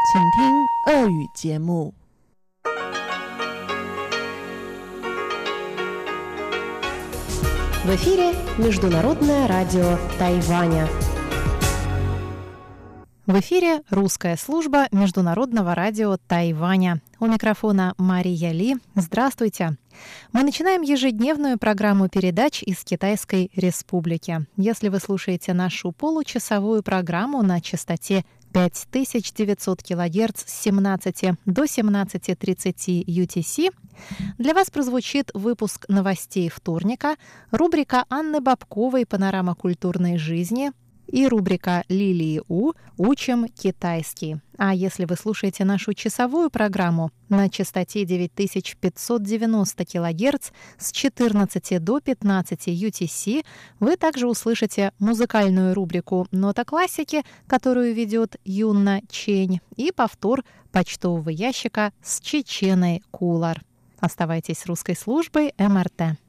请听俄语节目。 В эфире Международное радио Тайваня. В эфире русская служба Международного радио Тайваня. У микрофона Мария Ли. Здравствуйте. Мы начинаем ежедневную программу передач из Китайской Республики. Если вы слушаете нашу получасовую программу на частоте 5900 кГц с 17 до 17:30 UTC, для вас прозвучит выпуск новостей вторника, рубрика Анны Бабковой «Панорама культурной жизни» и рубрика Лилии У «Учим китайский». А если вы слушаете нашу часовую программу на частоте 9590 кГц с 14 до 15 UTC, вы также услышите музыкальную рубрику «Нота классики», которую ведет Юнна Чень, и повтор почтового ящика с Чеченой Кулар. Оставайтесь с русской службой МРТ.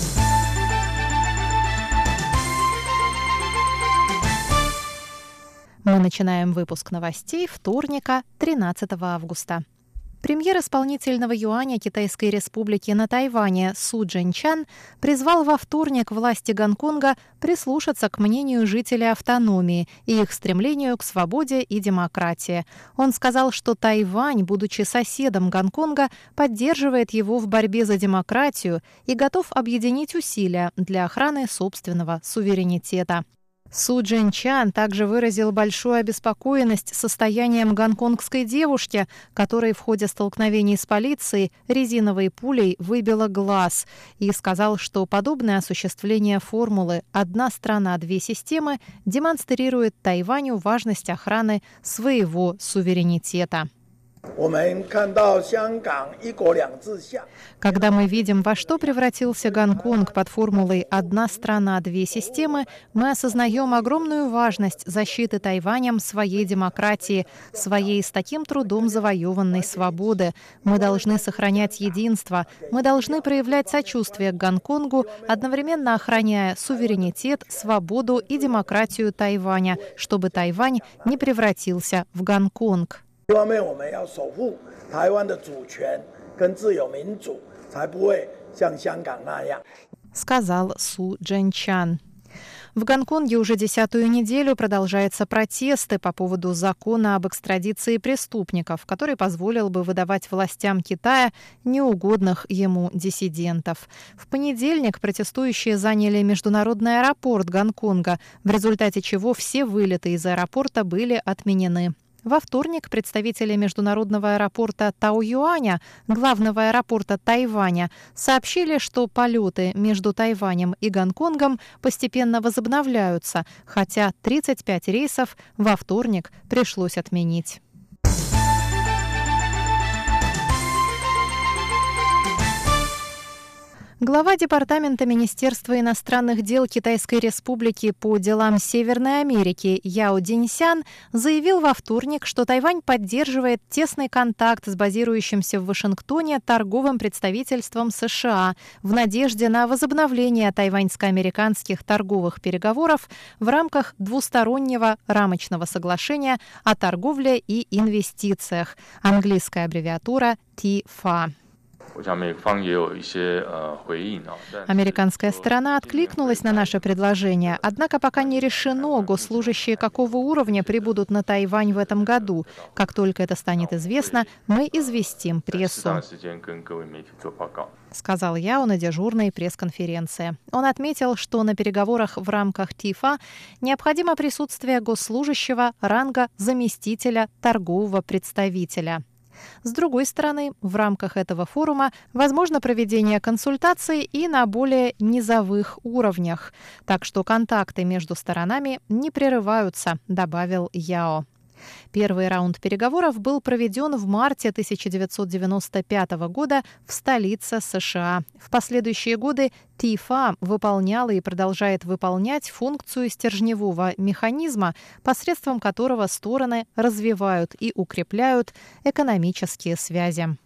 Мы начинаем выпуск новостей вторника, 13 августа. Премьер исполнительного юаня Китайской Республики на Тайване Су Чжэньчан призвал во вторник власти Гонконга прислушаться к мнению жителей автономии и их стремлению к свободе и демократии. Он сказал, что Тайвань, будучи соседом Гонконга, поддерживает его в борьбе за демократию и готов объединить усилия для охраны собственного суверенитета. Су Чжэньчан также выразил большую обеспокоенность состоянием гонконгской девушки, которой в ходе столкновений с полицией резиновой пулей выбило глаз, и сказал, что подобное осуществление формулы «одна страна, две системы» демонстрирует Тайваню важность охраны своего суверенитета. Когда мы видим, во что превратился Гонконг под формулой «одна страна, две системы», мы осознаем огромную важность защиты Тайванем своей демократии, своей с таким трудом завоеванной свободы. Мы должны сохранять единство, мы должны проявлять сочувствие к Гонконгу, одновременно охраняя суверенитет, свободу и демократию Тайваня, чтобы Тайвань не превратился в Гонконг. Сказал Су Чжэньчан. В Гонконге уже 10-ю неделю продолжаются протесты по поводу закона об экстрадиции преступников, который позволил бы выдавать властям Китая неугодных ему диссидентов. В понедельник протестующие заняли международный аэропорт Гонконга, в результате чего все вылеты из аэропорта были отменены. Во вторник представители международного аэропорта Таоюаня, главного аэропорта Тайваня, сообщили, что полеты между Тайванем и Гонконгом постепенно возобновляются, хотя 35 рейсов во вторник пришлось отменить. Глава Департамента Министерства иностранных дел Китайской Республики по делам Северной Америки Яо Диньсян заявил во вторник, что Тайвань поддерживает тесный контакт с базирующимся в Вашингтоне торговым представительством США в надежде на возобновление тайваньско-американских торговых переговоров в рамках двустороннего рамочного соглашения о торговле и инвестициях, английская аббревиатура TIFA. Американская сторона откликнулась на наше предложение, однако пока не решено, госслужащие какого уровня прибудут на Тайвань в этом году. Как только это станет известно, мы известим прессу, сказал Яо на дежурной пресс-конференции. Он отметил, что на переговорах в рамках ТИФА необходимо присутствие госслужащего ранга заместителя торгового представителя. С другой стороны, в рамках этого форума возможно проведение консультаций и на более низовых уровнях, так что контакты между сторонами не прерываются, добавил Яо. Первый раунд переговоров был проведен в марте 1995 года в столице США. В последующие годы ТИФА выполняла и продолжает выполнять функцию стержневого механизма, посредством которого стороны развивают и укрепляют экономические связи.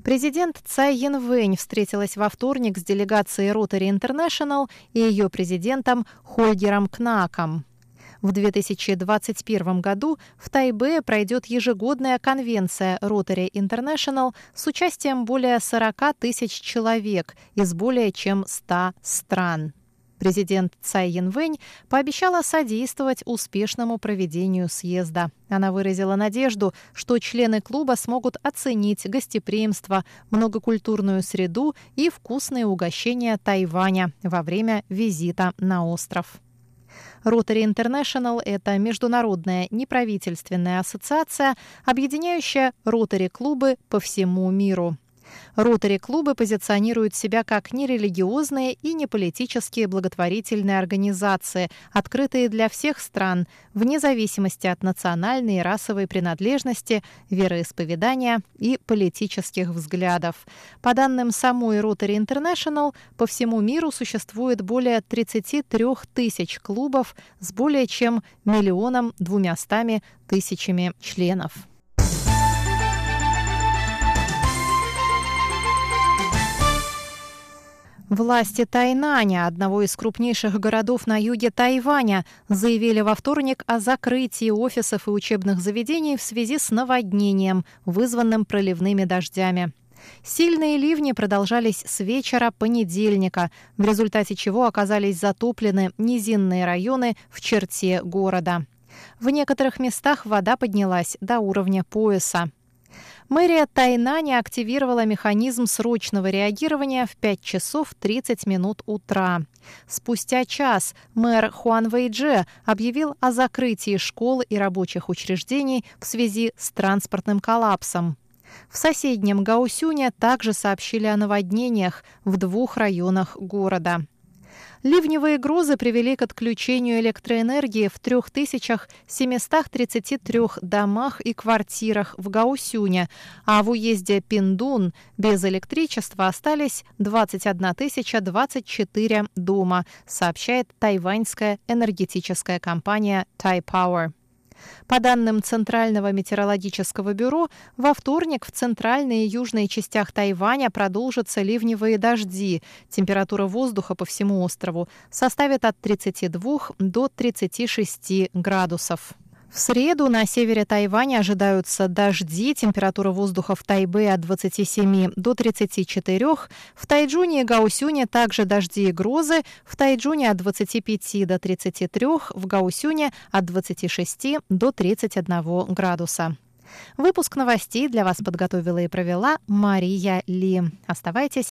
Президент Цай Янвэнь встретилась во вторник с делегацией Rotary International и ее президентом Хольгером Кнаком. В 2021 году в Тайбэе пройдет ежегодная конвенция Rotary International с участием более 40 тысяч человек из более чем 100 стран. Президент Цай Янвэнь пообещала содействовать успешному проведению съезда. Она выразила надежду, что члены клуба смогут оценить гостеприимство, многокультурную среду и вкусные угощения Тайваня во время визита на остров. Rotary International – это международная неправительственная ассоциация, объединяющая ротари-клубы по всему миру. Ротари-клубы позиционируют себя как нерелигиозные и неполитические благотворительные организации, открытые для всех стран, вне зависимости от национальной и расовой принадлежности, вероисповедания и политических взглядов. По данным самой Rotary International, по всему миру существует более 33 тысяч клубов с более чем 1 200 000 членов. Власти Тайнаня, одного из крупнейших городов на юге Тайваня, заявили во вторник о закрытии офисов и учебных заведений в связи с наводнением, вызванным проливными дождями. Сильные ливни продолжались с вечера понедельника, в результате чего оказались затоплены низинные районы в черте города. В некоторых местах вода поднялась до уровня пояса. Мэрия Тайнаня активировала механизм срочного реагирования в 5 часов 30 минут утра. Спустя час мэр Хуан Вэйдже объявил о закрытии школ и рабочих учреждений в связи с транспортным коллапсом. В соседнем Гаосюне также сообщили о наводнениях в 2 районах города. Ливневые грозы привели к отключению электроэнергии в 3733 домах и квартирах в Гаосюне, а в уезде Пиндун без электричества остались 21 024 дома, сообщает тайваньская энергетическая компания Taipower. По данным Центрального метеорологического бюро, во вторник в центральной и южной частях Тайваня продолжатся ливневые дожди. Температура воздуха по всему острову составит от 32 до 36 градусов. В среду на севере Тайваня ожидаются дожди, температура воздуха в Тайбэе от 27 до 34, в Тайчжуне и Гаосюне также дожди и грозы, в Тайчжуне от 25 до 33, в Гаосюне от 26 до 31 градуса. Выпуск новостей для вас подготовила и провела Мария Ли. Оставайтесь